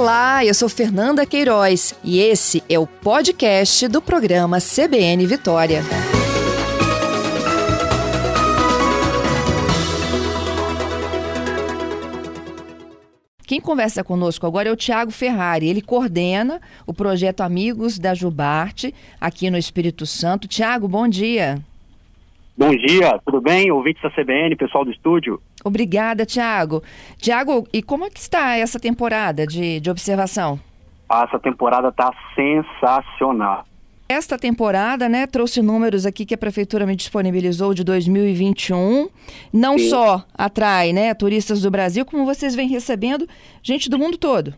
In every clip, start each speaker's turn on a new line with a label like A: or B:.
A: Olá, eu sou Fernanda Queiroz e esse é o podcast do programa CBN Vitória. Quem conversa conosco agora é o Tiago Ferrari. Ele coordena o projeto Amigos da Jubarte aqui no Espírito Santo. Tiago, bom dia.
B: Bom dia, tudo bem? Ouvintes da CBN, pessoal do estúdio.
A: Obrigada, Tiago. Tiago, e como é que está essa temporada de observação?
B: Essa temporada está sensacional.
A: Esta temporada, né, trouxe números aqui que a Prefeitura me disponibilizou de 2021. Não
B: Sim.
A: só atrai, né, turistas do Brasil, como vocês vêm recebendo gente do mundo todo.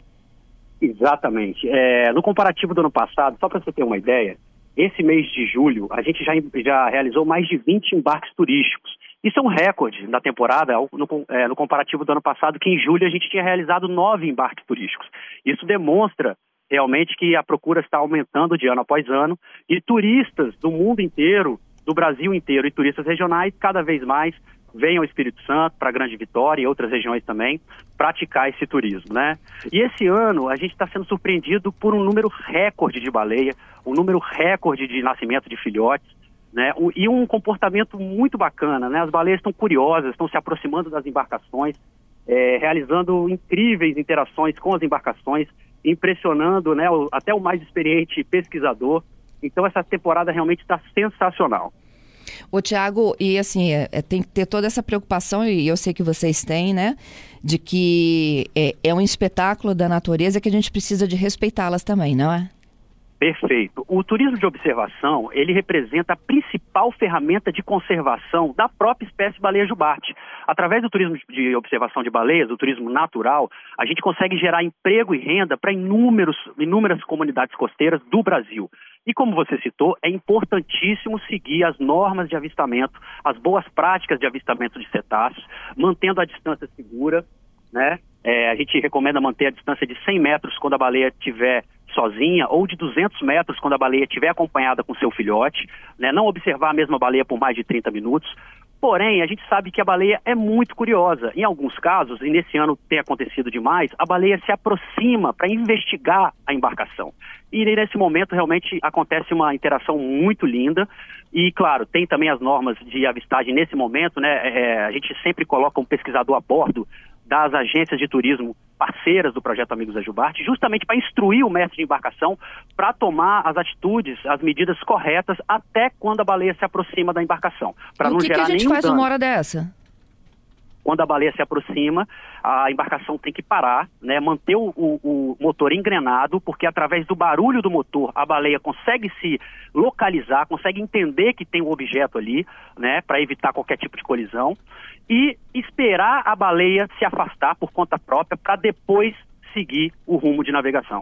B: Exatamente. No comparativo do ano passado, só para você ter uma ideia, esse mês de julho a gente já realizou mais de 20 embarques turísticos. Isso é um recorde da temporada no comparativo do ano passado, que em julho a gente tinha realizado 9 embarques turísticos. Isso demonstra realmente que a procura está aumentando de ano após ano e turistas do mundo inteiro, do Brasil inteiro e turistas regionais cada vez mais vêm ao Espírito Santo, para a Grande Vitória e outras regiões também, praticar esse turismo, né? E esse ano a gente está sendo surpreendido por um número recorde de baleia, um número recorde de nascimento de filhotes, né? E um comportamento muito bacana, né? As baleias estão curiosas, estão se aproximando das embarcações, realizando incríveis interações com as embarcações, impressionando, né, até o mais experiente pesquisador. Então essa temporada realmente está sensacional.
A: Ô, Tiago, e assim, tem que ter toda essa preocupação, e eu sei que vocês têm, né, de que é um espetáculo da natureza que a gente precisa de respeitá-las também, não é?
B: Perfeito. O turismo de observação, ele representa a principal ferramenta de conservação da própria espécie baleia jubarte. Através do turismo de observação de baleias, do turismo natural, a gente consegue gerar emprego e renda para inúmeras comunidades costeiras do Brasil. E como você citou, é importantíssimo seguir as normas de avistamento, as boas práticas de avistamento de cetáceos, mantendo a distância segura, né? A gente recomenda manter a distância de 100 metros quando a baleia estiver sozinha, ou de 200 metros quando a baleia estiver acompanhada com seu filhote, né? Não observar a mesma baleia por mais de 30 minutos. Porém, a gente sabe que a baleia é muito curiosa. Em alguns casos, e nesse ano tem acontecido demais, a baleia se aproxima para investigar a embarcação. E nesse momento realmente acontece uma interação muito linda. E claro, tem também as normas de avistagem nesse momento, né? A gente sempre coloca um pesquisador a bordo das agências de turismo parceiras do projeto Amigos da Jubarte, justamente para instruir o mestre de embarcação para tomar as atitudes, as medidas corretas até quando a baleia se aproxima da embarcação, para não gerar nenhum dano. O que a gente faz
A: numa hora dessa?
B: Quando a baleia se aproxima, a embarcação tem que parar, né, manter o motor engrenado, porque através do barulho do motor a baleia consegue se localizar, consegue entender que tem um objeto ali, né, para evitar qualquer tipo de colisão, e esperar a baleia se afastar por conta própria para depois seguir o rumo de navegação.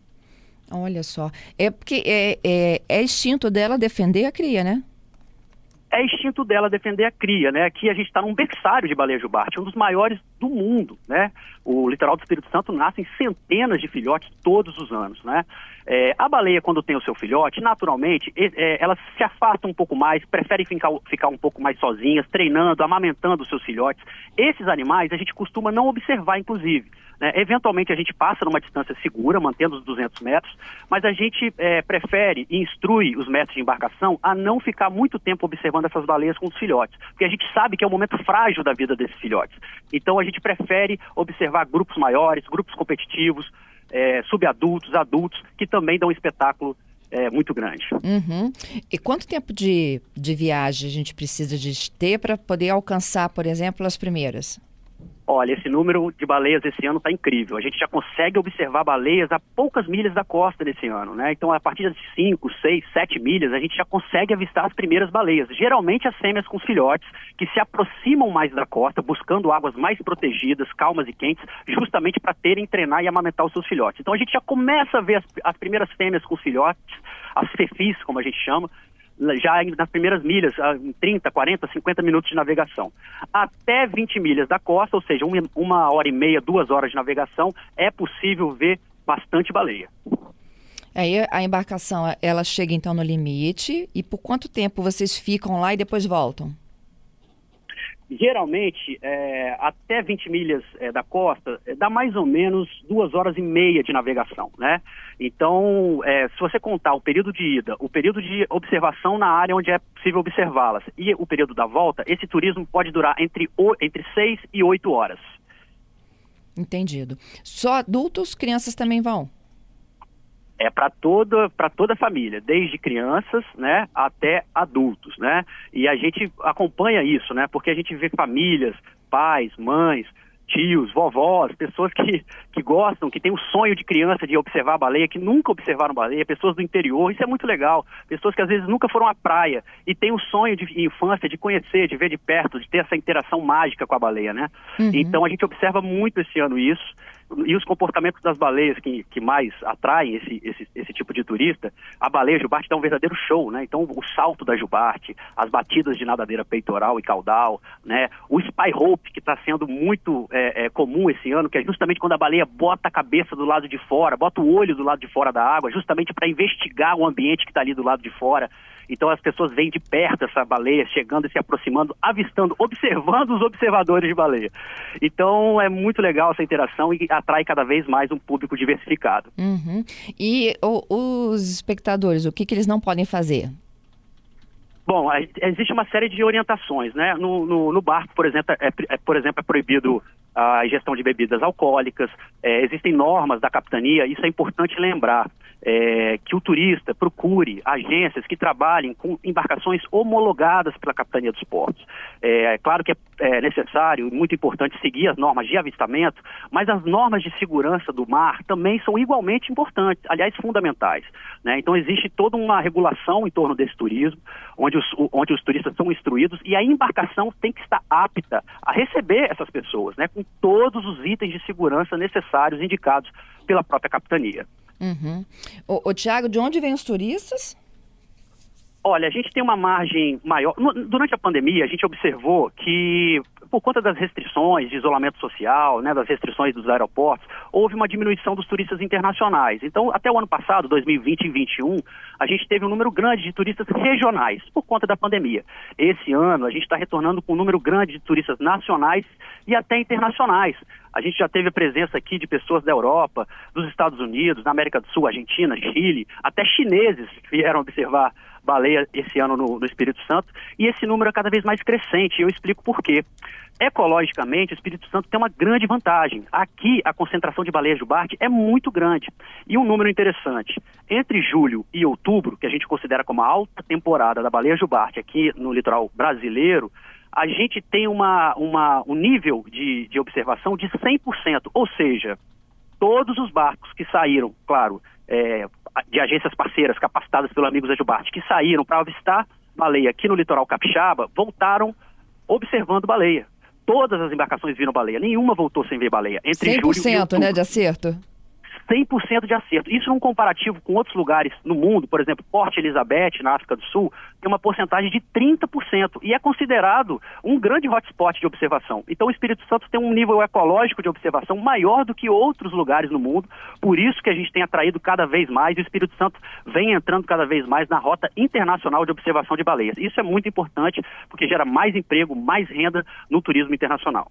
A: Olha só, é porque é instinto dela defender a cria, né?
B: É instinto dela defender a cria, né? Aqui a gente está num berçário de baleia jubarte, um dos maiores do mundo, né? O litoral do Espírito Santo nascem centenas de filhotes todos os anos, né? A baleia, quando tem o seu filhote, naturalmente, ela se afasta um pouco mais, prefere ficar um pouco mais sozinhas, treinando, amamentando os seus filhotes. Esses animais a gente costuma não observar, inclusive, né? Eventualmente a gente passa numa distância segura, mantendo os 200 metros, mas a gente prefere e instrui os mestres de embarcação a não ficar muito tempo observando essas baleias com os filhotes, porque a gente sabe que é um momento frágil da vida desses filhotes. Então a gente prefere observar grupos maiores, grupos competitivos, subadultos, adultos, que também dão um espetáculo muito grande.
A: Uhum. E quanto tempo de viagem a gente precisa de ter para poder alcançar, por exemplo, as primeiras?
B: Olha, esse número de baleias esse ano está incrível. A gente já consegue observar baleias a poucas milhas da costa desse ano, né? Então, a partir de 5, 6, 7 milhas, a gente já consegue avistar as primeiras baleias. Geralmente as fêmeas com os filhotes, que se aproximam mais da costa, buscando águas mais protegidas, calmas e quentes, justamente para treinar e amamentar os seus filhotes. Então, a gente já começa a ver as primeiras fêmeas com os filhotes, as fefis, como a gente chama, já nas primeiras milhas, em 30, 40, 50 minutos de navegação. Até 20 milhas da costa, ou seja, 1h30, 2 horas de navegação, é possível ver bastante baleia.
A: Aí a embarcação, ela chega então no limite, e por quanto tempo vocês ficam lá e depois voltam?
B: Geralmente, até 20 milhas da costa, dá mais ou menos 2 horas e meia de navegação, né? Então, se você contar o período de ida, o período de observação na área onde é possível observá-las e o período da volta, esse turismo pode durar entre 6 e 8 horas.
A: Entendido. Só adultos, crianças também vão?
B: É para toda a família, desde crianças, né, até adultos, né? E a gente acompanha isso, né? Porque a gente vê famílias, pais, mães, tios, vovós, pessoas que gostam, que têm o sonho de criança de observar a baleia, que nunca observaram baleia, pessoas do interior, isso é muito legal. Pessoas que às vezes nunca foram à praia e têm o sonho de infância de conhecer, de ver de perto, de ter essa interação mágica com a baleia, né?
A: Uhum.
B: Então a gente observa muito esse ano isso. E os comportamentos das baleias que mais atraem esse tipo de turista, a baleia jubarte dá um verdadeiro show, né? Então, o salto da jubarte, as batidas de nadadeira peitoral e caudal, né? O spy rope, que está sendo muito comum esse ano, que é justamente quando a baleia bota a cabeça do lado de fora, bota o olho do lado de fora da água, justamente para investigar o ambiente que está ali do lado de fora. Então as pessoas veem de perto essa baleia, chegando e se aproximando, avistando, observando os observadores de baleia. Então é muito legal essa interação e atrai cada vez mais um público diversificado.
A: Uhum. E os espectadores, o que eles não podem fazer?
B: Bom, existe uma série de orientações, né? No barco, por exemplo, é proibido a ingestão de bebidas alcoólicas, existem normas da capitania, isso é importante lembrar, que o turista procure agências que trabalhem com embarcações homologadas pela Capitania dos Portos. É claro que é necessário e muito importante seguir as normas de avistamento, mas as normas de segurança do mar também são igualmente importantes, aliás, fundamentais, né? Então existe toda uma regulação em torno desse turismo, onde os turistas são instruídos e a embarcação tem que estar apta a receber essas pessoas, né, com todos os itens de segurança necessários indicados pela própria capitania.
A: Uhum. Tiago, de onde vêm os turistas?
B: Olha, a gente tem uma margem maior. Durante a pandemia, a gente observou que, por conta das restrições de isolamento social, né, das restrições dos aeroportos, houve uma diminuição dos turistas internacionais. Então, até o ano passado, 2020 e 2021, a gente teve um número grande de turistas regionais, por conta da pandemia. Esse ano, a gente está retornando com um número grande de turistas nacionais e até internacionais. A gente já teve a presença aqui de pessoas da Europa, dos Estados Unidos, da América do Sul, Argentina, Chile, até chineses que vieram observar baleia esse ano no Espírito Santo, e esse número é cada vez mais crescente, e eu explico por quê. Ecologicamente, o Espírito Santo tem uma grande vantagem. Aqui, a concentração de baleia jubarte é muito grande. E um número interessante, entre julho e outubro, que a gente considera como a alta temporada da baleia jubarte aqui no litoral brasileiro, a gente tem um nível de observação de 100%, ou seja, todos os barcos que saíram, claro, de agências parceiras capacitadas pelo Amigos da Jubarte, que saíram para avistar baleia aqui no litoral capixaba, voltaram observando baleia. Todas as embarcações viram baleia, nenhuma voltou sem ver baleia. Entre
A: 100%,
B: julho e outubro,
A: né, de acerto?
B: 100% de acerto. Isso num comparativo com outros lugares no mundo, por exemplo, Port Elizabeth, na África do Sul, tem uma porcentagem de 30% e é considerado um grande hotspot de observação. Então o Espírito Santo tem um nível ecológico de observação maior do que outros lugares no mundo, por isso que a gente tem atraído cada vez mais e o Espírito Santo vem entrando cada vez mais na rota internacional de observação de baleias. Isso é muito importante porque gera mais emprego, mais renda no turismo internacional.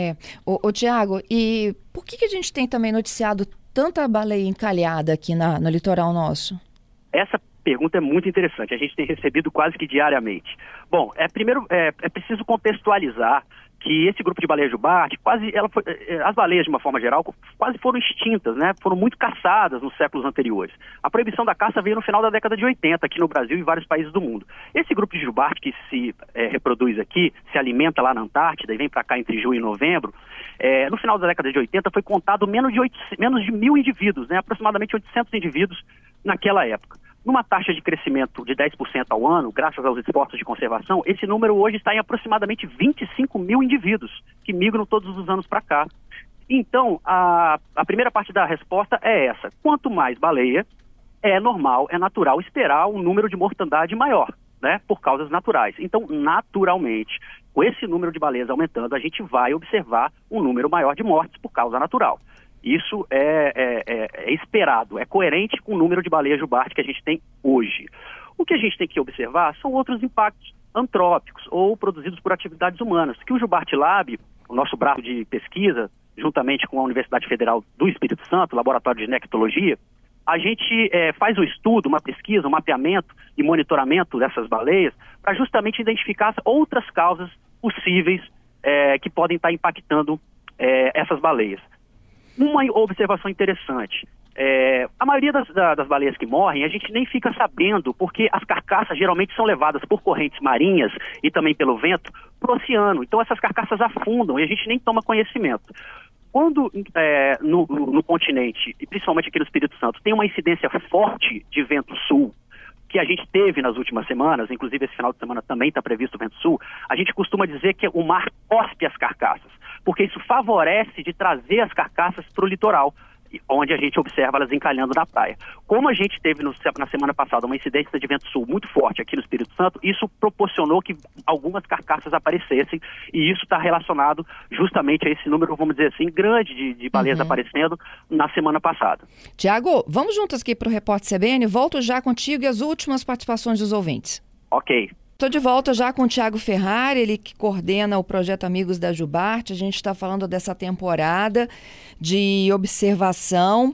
A: Tiago, e por que a gente tem também noticiado tanta baleia encalhada aqui no litoral nosso?
B: Essa pergunta é muito interessante, a gente tem recebido quase que diariamente. Bom, primeiro é preciso contextualizar que esse grupo de baleia jubarte, as baleias de uma forma geral, quase foram extintas, né? Foram muito caçadas nos séculos anteriores. A proibição da caça veio no final da década de 80 aqui no Brasil e em vários países do mundo. Esse grupo de jubarte que se reproduz aqui, se alimenta lá na Antártida e vem para cá entre julho e novembro, no final da década de 80 foi contado menos de 1.000 indivíduos, né? Aproximadamente 800 indivíduos naquela época. Numa taxa de crescimento de 10% ao ano, graças aos esforços de conservação, esse número hoje está em aproximadamente 25 mil indivíduos que migram todos os anos para cá. Então, a primeira parte da resposta é essa. Quanto mais baleia, é normal, é natural esperar um número de mortandade maior, né, por causas naturais. Então, naturalmente, com esse número de baleias aumentando, a gente vai observar um número maior de mortes por causa natural. Isso é esperado, é coerente com o número de baleia jubarte que a gente tem hoje. O que a gente tem que observar são outros impactos antrópicos ou produzidos por atividades humanas, que o Jubarte Lab, o nosso braço de pesquisa, juntamente com a Universidade Federal do Espírito Santo, Laboratório de Nectologia, a gente faz um estudo, uma pesquisa, um mapeamento e monitoramento dessas baleias para justamente identificar outras causas possíveis que podem estar impactando essas baleias. Uma observação interessante, a maioria das baleias que morrem, a gente nem fica sabendo, porque as carcaças geralmente são levadas por correntes marinhas e também pelo vento para o oceano. Então essas carcaças afundam e a gente nem toma conhecimento. Quando no continente, e principalmente aqui no Espírito Santo, tem uma incidência forte de vento sul, que a gente teve nas últimas semanas, inclusive esse final de semana também está previsto o vento sul, a gente costuma dizer que o mar cospe as carcaças, porque isso favorece de trazer as carcaças para o litoral, onde a gente observa elas encalhando na praia. Como a gente teve na semana passada uma incidência de vento sul muito forte aqui no Espírito Santo, isso proporcionou que algumas carcaças aparecessem, e isso está relacionado justamente a esse número, vamos dizer assim, grande de baleias aparecendo na semana passada.
A: Tiago, vamos juntos aqui para o Repórter CBN, volto já contigo e as últimas participações dos ouvintes.
B: Ok.
A: Estou de volta já com o Tiago Ferrari, ele que coordena o projeto Amigos da Jubarte. A gente está falando dessa temporada de observação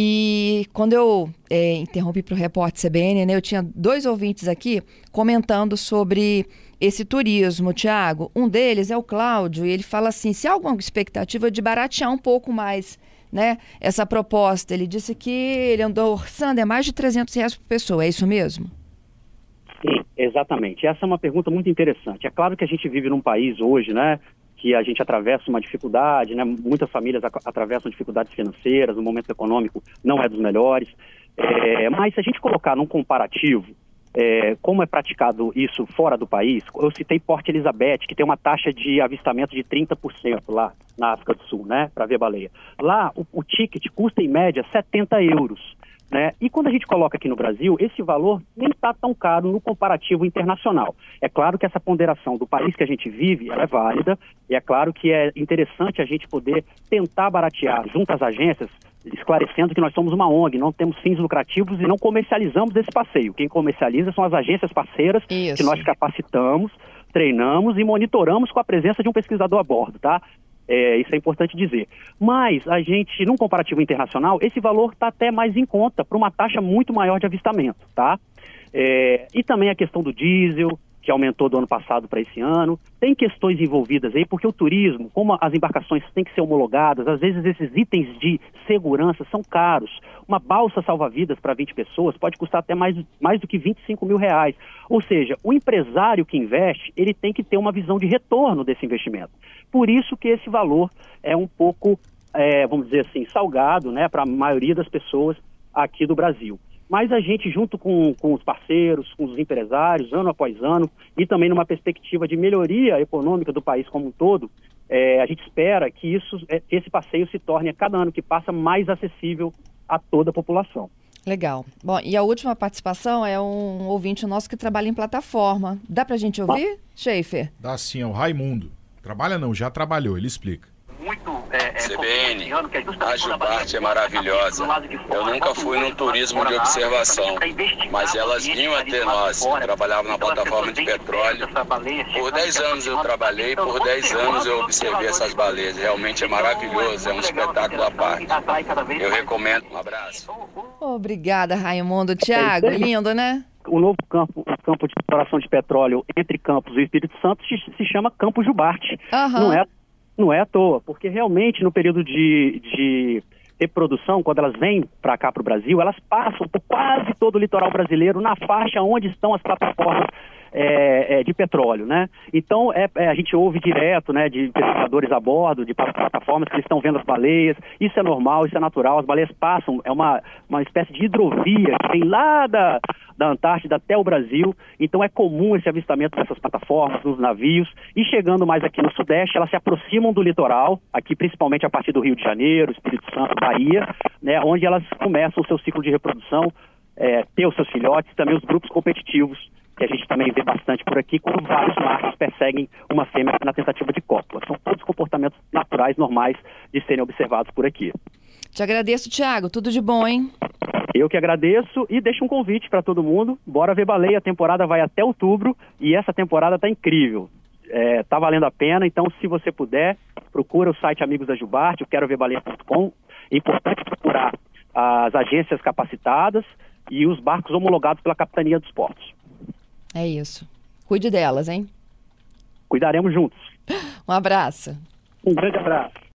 A: e quando eu interrompi para o Repórter CBN, né, eu tinha 2 ouvintes aqui comentando sobre esse turismo, Tiago. Um deles é o Cláudio e ele fala assim, se há alguma expectativa de baratear um pouco mais, né, essa proposta. Ele disse que ele andou orçando mais de R$300 por pessoa, é isso mesmo?
B: Sim, exatamente. Essa é uma pergunta muito interessante. É claro que a gente vive num país hoje, né, que a gente atravessa uma dificuldade, né, muitas famílias atravessam dificuldades financeiras, o momento econômico não é dos melhores, mas se a gente colocar num comparativo, como é praticado isso fora do país, eu citei Port Elizabeth, que tem uma taxa de avistamento de 30% lá na África do Sul, né, para ver baleia. Lá, o ticket custa em média €70. Né? E quando a gente coloca aqui no Brasil, esse valor nem está tão caro no comparativo internacional. É claro que essa ponderação do país que a gente vive ela é válida, e é claro que é interessante a gente poder tentar baratear junto às agências, esclarecendo que nós somos uma ONG, não temos fins lucrativos e não comercializamos esse passeio. Quem comercializa são as agências parceiras que nós capacitamos, treinamos e monitoramos com a presença de um pesquisador a bordo, tá? Isso é importante dizer. Mas a gente, num comparativo internacional, esse valor está até mais em conta para uma taxa muito maior de avistamento, tá? E também a questão do diesel, que aumentou do ano passado para esse ano. Tem questões envolvidas aí, porque o turismo, como as embarcações têm que ser homologadas, às vezes esses itens de segurança são caros. Uma balsa salva-vidas para 20 pessoas pode custar até mais do que R$25 mil. Ou seja, o empresário que investe, ele tem que ter uma visão de retorno desse investimento. Por isso que esse valor é um pouco, vamos dizer assim, salgado, né, para a maioria das pessoas aqui do Brasil. Mas a gente, junto com os parceiros, com os empresários, ano após ano, e também numa perspectiva de melhoria econômica do país como um todo, a gente espera que esse passeio se torne, a cada ano que passa, mais acessível a toda a população.
A: Legal. Bom, e a última participação é um ouvinte nosso que trabalha em plataforma. Dá pra gente ouvir, Schaefer?
C: Dá sim, é o Raimundo. Trabalha não, já trabalhou, ele explica.
D: CBN, a Jubarte é maravilhosa. Eu nunca fui num turismo de observação, mas elas vinham até nós. Eu trabalhava na plataforma de petróleo. Por 10 anos eu trabalhei, por 10 anos eu observei essas baleias. Realmente é maravilhoso, é um espetáculo à parte. Eu recomendo. Um abraço.
A: Obrigada, Raimundo. Tiago, lindo, né?
B: O novo campo de exploração de petróleo entre Campos e Espírito Santo se chama Campo Jubarte. Não é à toa, porque realmente no período de reprodução, quando elas vêm para cá para o Brasil, elas passam por quase todo o litoral brasileiro na faixa onde estão as plataformas de petróleo, né? Então a gente ouve direto, né, de pesquisadores a bordo, de plataformas que eles estão vendo as baleias. Isso é normal, isso é natural. As baleias passam, é uma espécie de hidrovia que vem lá da Antártida até o Brasil. Então é comum esse avistamento dessas plataformas nos navios, e chegando mais aqui no Sudeste, elas se aproximam do litoral, aqui principalmente a partir do Rio de Janeiro, Espírito Santo, Bahia, né, onde elas começam o seu ciclo de reprodução, ter os seus filhotes, também os grupos competitivos, que a gente também vê bastante por aqui, quando vários machos perseguem uma fêmea na tentativa de cópula. São todos comportamentos naturais, normais, de serem observados por aqui.
A: Te agradeço, Tiago. Tudo de bom, hein?
B: Eu que agradeço e deixo um convite para todo mundo. Bora ver baleia, a temporada vai até outubro e essa temporada está incrível. Tá valendo a pena, então se você puder, procura o site Amigos da Jubarte, eu quero ver baleia.com. É importante procurar as agências capacitadas e os barcos homologados pela Capitania dos Portos.
A: É isso. Cuide delas, hein?
B: Cuidaremos juntos.
A: Um abraço.
B: Um grande abraço.